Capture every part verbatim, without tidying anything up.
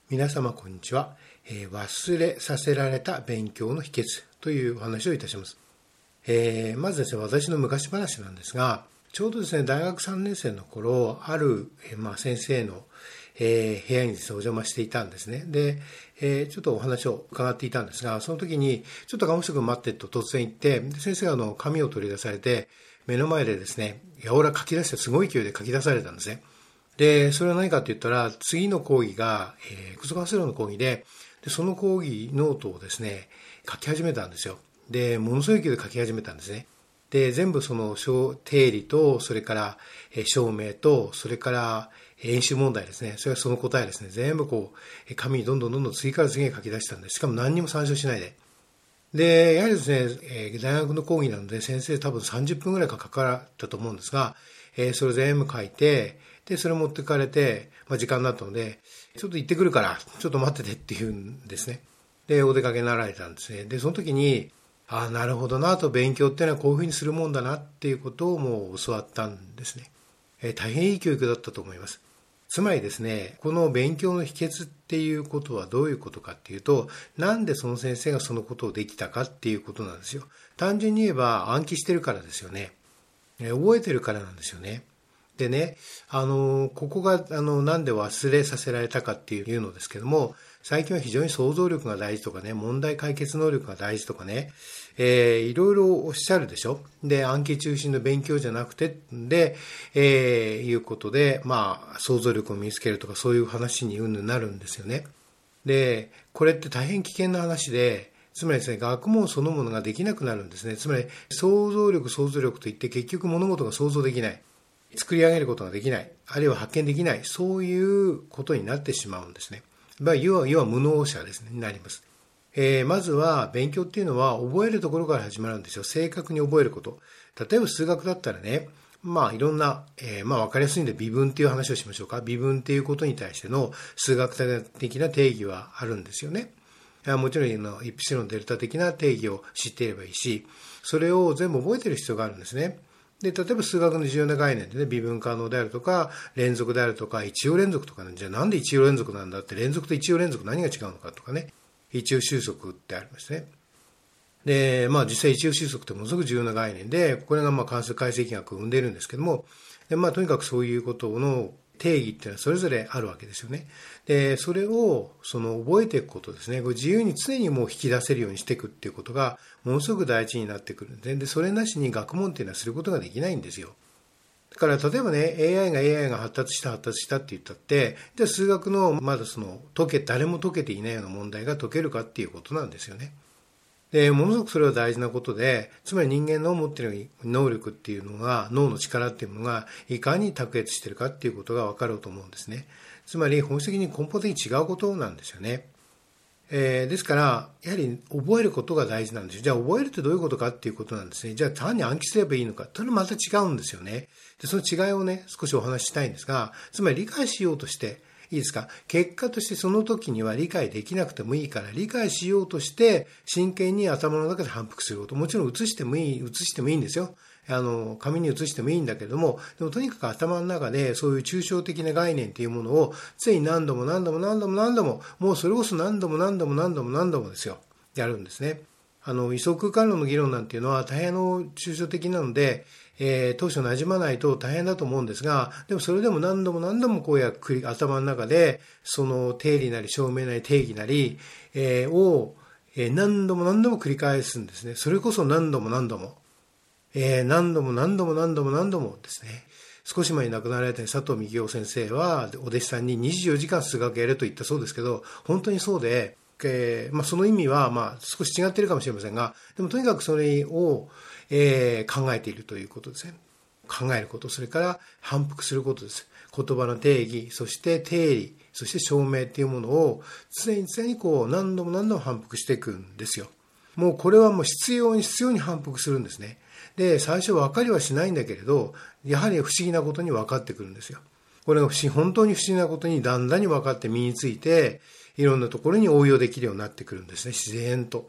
皆様こんにちは、えー、忘れさせられた勉強の秘訣というお話をいたします。えー、まずですね、私の昔話なんですが、ちょうどですね、大学さんねん生の頃、ある、えーまあ、先生の、えー、部屋にですね、お邪魔していたんですね。で、えー、ちょっとお話を伺っていたんですが、その時に、ちょっと鴨下君待ってと突然言って、で先生があの紙を取り出されて、目の前でですね、やおら書き出してすごい勢いで書き出されたんですね。で、それは何かって言ったら、次の講義が、えー、クソカンセロの講義で、で、その講義ノートをですね、書き始めたんですよ。で、ものすごい勢いで書き始めたんですね。で、全部その定理と、それから、えー、証明と、それから、演習問題ですね。それはその答えですね。全部こう、紙にどんどんどんどん次から次へ書き出したんで、しかも何にも参照しないで。で、やはりですね、えー、大学の講義なので、先生多分さんじゅっぷんぐらいかかったと思うんですが、えー、それ全部書いて、で、それ持ってかれて、まあ、時間になったので、ちょっと行ってくるから、ちょっと待っててっていうんですね。で、お出かけになられたんですね。で、その時に、ああ、なるほどなと、勉強っていうのはこういうふうにするもんだなっていうことをもう教わったんですね。えー、大変いい教育だったと思います。つまりですね、この勉強の秘訣っていうことはどういうことかっていうと、なんでその先生がそのことをできたかっていうことなんですよ。単純に言えば暗記してるからですよね。えー、覚えてるからなんですよね。でね、あの、ここが、あの、なんで忘れさせられたかっていうのですけども、最近は非常に想像力が大事とかね、問題解決能力が大事とかね、えー、いろいろおっしゃるでしょ。で、暗記中心の勉強じゃなくて、で、えー、いうことで、まあ、想像力を身につけるとか、そういう話にうんぬんなるんですよね。で、これって大変危険な話で、つまりですね、学問そのものができなくなるんですね。つまり、想像力、想像力といって結局物事が想像できない。作り上げることができない、あるいは発見できない、そういうことになってしまうんですね。まあ、要は、要は無能者ですね、になります。えー、まずは、勉強っていうのは覚えるところから始まるんですよ。正確に覚えること。例えば数学だったらね、まあいろんな、えー、まあわかりやすいんで微分っていう話をしましょうか。微分っていうことに対しての数学的な定義はあるんですよね。もちろんイプシロンデルタ的な定義を知っていればいいし、それを全部覚えている必要があるんですね。で、例えば数学の重要な概念でね、微分可能であるとか、連続であるとか、一応連続とかね、じゃあなんで一応連続なんだって、連続と一応連続何が違うのかとかね、一応収束ってありますね。で、まあ実際一応収束ってものすごく重要な概念で、これがまあ関数解析学を生んでいるんですけども、でまあとにかくそういうことの定義っていうのはそれぞれあるわけですよね。で、それをその覚えていくことですね。これ自由に常にもう引き出せるようにしていくっていうことがものすごく大事になってくるんで、で、それなしに学問っていうのはすることができないんですよ。だから例えばね、エーアイ が エーアイ が発達した発達したって言ったって、じゃあ数学のまだその解け、誰も解けていないような問題が解けるかっていうことなんですよね。で、ものすごくそれは大事なことで、つまり人間の持っている能力っていうのが、脳の力っていうのが、いかに卓越しているかっていうことが分かると思うんですね。つまり本質的に根本的に違うことなんですよね。えー、ですから、やはり覚えることが大事なんですよ。じゃあ覚えるってどういうことかっていうことなんですね。じゃあ単に暗記すればいいのか。それはまた違うんですよね。で、その違いをね、少しお話ししたいんですが、つまり理解しようとして、いいですか？結果としてその時には理解できなくてもいいから、理解しようとして真剣に頭の中で反復すること。もちろん写してもいい、写してもいいんですよ。あの、紙に写してもいいんだけれども、でもとにかく頭の中でそういう抽象的な概念というものを常に何度も何度も何度も何度も、もうそれこそ何度も何度も何度も何度もですよ。やるんですね。あの、位相空間論の議論なんていうのは大変の抽象的なので、えー、当初馴染まないと大変だと思うんですが、でもそれでも何度も何度もこうやくり頭の中で、その定理なり証明なり定義なり、えー、を、えー、何度も何度も繰り返すんですね。それこそ何度も何度も。えー、何度も何度も何度も何度もですね。少し前に亡くなられた佐藤幹夫先生は、お弟子さんににじゅうよじかん数学やれと言ったそうですけど、本当にそうで、えーまあ、その意味は、まあ、少し違っているかもしれませんが、でもとにかくそれを、えー、考えているということですね。考えること、それから反復することです。言葉の定義、そして定理、そして証明っていうものを常に常にこう何度も何度も反復していくんですよ。もうこれはもう必要に必要に反復するんですね。で、最初分かりはしないんだけれど、やはり不思議なことに分かってくるんですよ。これが不思議、本当に不思議なことにだんだんに分かって身について、いろんなところに応用できるようになってくるんですね、自然と。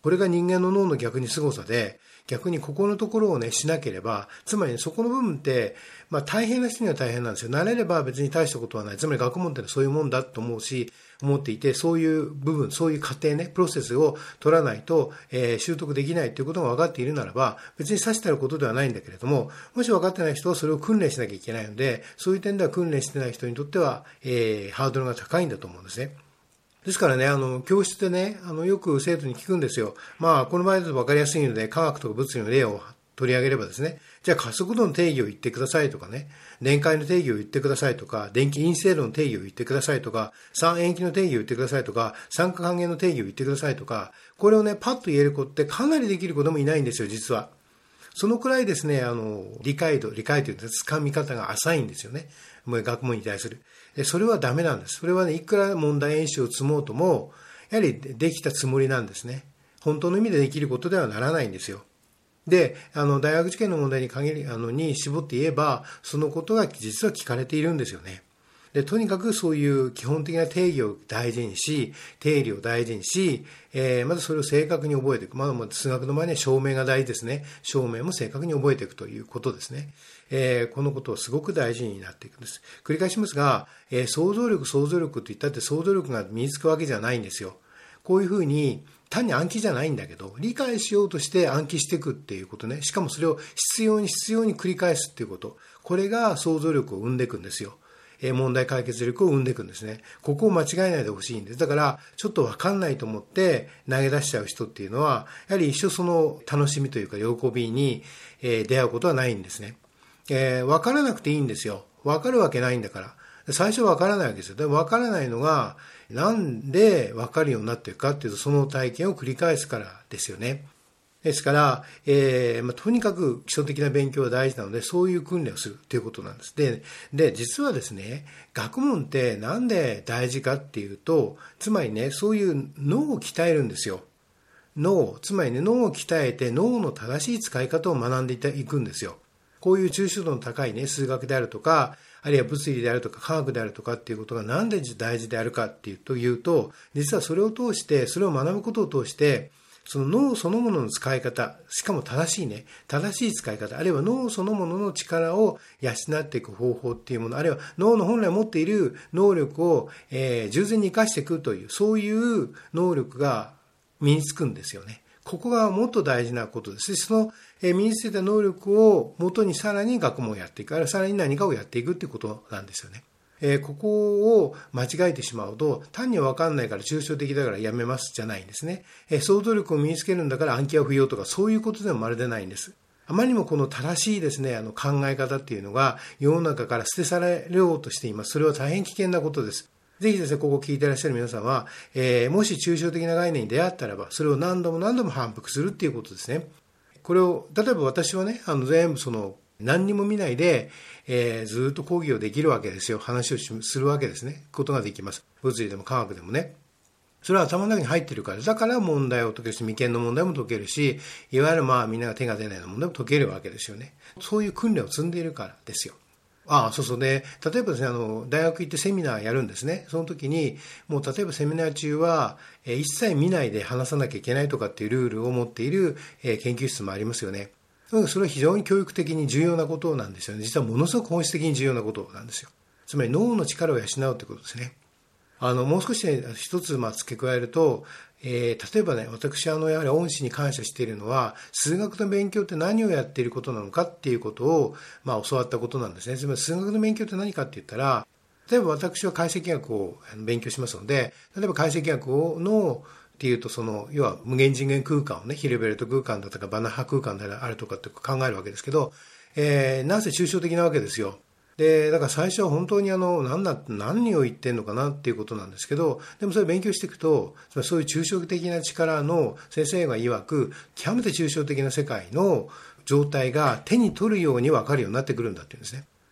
これが人間の脳の逆に凄さで、逆にここのところをね、しなければ、つまり、ね、そこの部分って、まあ大変な人には大変なんですよ。慣れれば別に大したことはない。つまり学問ってそういうもんだと思うし、思っていて、そういう部分、そういう過程ね、プロセスを取らないと、えー、習得できないということが分かっているならば、別に指してあることではないんだけれども、もし分かってない人はそれを訓練しなきゃいけないので、そういう点では訓練してない人にとっては、えー、ハードルが高いんだと思うんですね。ですからね、あの、教室でね、あの、よく生徒に聞くんですよ。まあ、この場合だと分かりやすいので、科学とか物理の例を取り上げればですね、じゃあ加速度の定義を言ってくださいとかね、電解の定義を言ってくださいとか、電気陰性度の定義を言ってくださいとか、酸塩基の定義を言ってくださいとか、酸化還元の定義を言ってくださいとか、これをね、パッと言える子ってかなりできる子でもいないんですよ、実は。そのくらいですね、あの、理解度、理解というか、掴み方が浅いんですよね。もう学問に対する。それはダメなんです。それはね、いくら問題演習を積もうとも、やはりできたつもりなんですね。本当の意味でできることではならないんですよ。で、あの、大学受験の問題に限り、あの、に絞って言えば、そのことが実は聞かれているんですよね。で、とにかくそういう基本的な定義を大事にし、定理を大事にし、えー、まずそれを正確に覚えていく。まあ、数学の場合には証明が大事ですね。証明も正確に覚えていくということですね。えー、このことをすごく大事になっていくんです。繰り返しますが、えー、想像力、想像力と言ったって想像力が身につくわけじゃないんですよ。こういうふうに、単に暗記じゃないんだけど、理解しようとして暗記していくっていうことね。しかもそれを必要に必要に繰り返すっていうこと。これが想像力を生んでいくんですよ。問題解決力を生んでいくんですね。ここを間違えないでほしいんです。だから、ちょっとわかんないと思って投げ出しちゃう人っていうのは、やはり一生その楽しみというか喜びに出会うことはないんですね。えー、わからなくていいんですよ。わかるわけないんだから。最初わからないわけですよ。でもわからないのが、なんでわかるようになっていくかっていうと、その体験を繰り返すからですよね。ですから、えーまあ、とにかく基礎的な勉強は大事なので、そういう訓練をするということなんです。で、で、実はですね、学問ってなんで大事かっていうと、つまりね、そういう脳を鍛えるんですよ。脳、つまりね、脳を鍛えて脳の正しい使い方を学んでいくんですよ。こういう抽象度の高いね、数学であるとか、あるいは物理であるとか科学であるとかっていうことがなんで大事であるかっていうというと、実はそれを通して、それを学ぶことを通して、その脳そのものの使い方、しかも正しいね、正しい使い方、あるいは脳そのものの力を養っていく方法っていうもの、あるいは脳の本来持っている能力を、えー、従前に生かしていくという、そういう能力が身につくんですよね。ここがもっと大事なことです。その身についた能力をもとにさらに学問をやっていく、あるいはさらに何かをやっていくっていうことなんですよね。えー、ここを間違えてしまうと、単に分かんないから抽象的だからやめますじゃないんですね。えー、想像力を身につけるんだから暗記は不要とか、そういうことでもまるでないんです。あまりにもこの正しいですね、あの考え方っていうのが世の中から捨て去られようとしています。それは大変危険なことです。ぜひですね、ここを聞いていらっしゃる皆さんは、えー、もし抽象的な概念に出会ったらば、それを何度も何度も反復するっていうことですね。これを、例えば私はね、あの全部その、何にも見ないで、えー、ずっと講義をできるわけですよ。話をするわけですね。ことができます。物理でも科学でもね。それは頭の中に入ってるから。だから問題を解けるし、未見の問題も解けるし、いわゆるまあみんなが手が出ないような問題も解けるわけですよね。そういう訓練を積んでいるからですよ。ああ、そうそう。で、例えばですね、あの、大学行ってセミナーやるんですね。その時に、もう例えばセミナー中は、えー、一切見ないで話さなきゃいけないとかっていうルールを持っている、えー、研究室もありますよね。それは非常に教育的に重要なことなんですよね。実はものすごく本質的に重要なことなんですよ。つまり脳の力を養うということですね。あの、もう少し、ね、一つ、まあ、付け加えると、えー、例えばね、私、あの、やはり恩師に感謝しているのは、数学の勉強って何をやっていることなのかっていうことを、まあ、教わったことなんですね。つまり、数学の勉強って何かって言ったら、例えば私は解析学を勉強しますので、例えば解析学の、っていうと、その、要は無限次元空間をね、ヒルベルト空間だとかバナハ空間であるとかって考えるわけですけど、えー、なぜ抽象的なわけですよ。で、だから最初は本当にあの、何だ、何を言ってんのかなっていうことなんですけど、でもそれ勉強していくと、そういう抽象的な力の先生が曰く、極めて抽象的な世界の状態が手に取るように分かるようになってくるんだっていうんですね。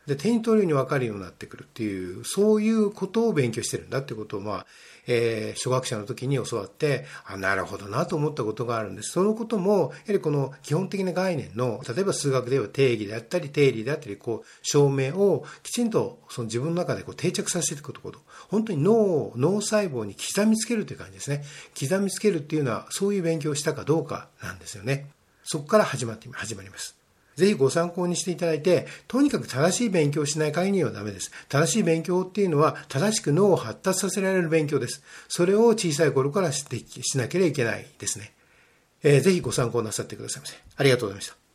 で、手に取るように分かるようになってくるっていう、そういうことを勉強してるんだってことを、まあ、えー、初学者の時に教わって、あ、なるほどなと思ったことがあるんです。そのことも、やはりこの基本的な概念の、例えば数学では定義であったり、定理であったり、こう、証明をきちんとその自分の中でこう定着させていくこと。本当に脳を、脳細胞に刻みつけるという感じですね。刻みつけるっていうのは、そういう勉強をしたかどうかなんですよね。そこから始まって、始まります。ぜひご参考にしていただいて、とにかく正しい勉強をしない限りはダメです。正しい勉強っていうのは、正しく脳を発達させられる勉強です。それを小さい頃からしなければいけないですね。えー、ぜひご参考なさってくださいませ。ありがとうございました。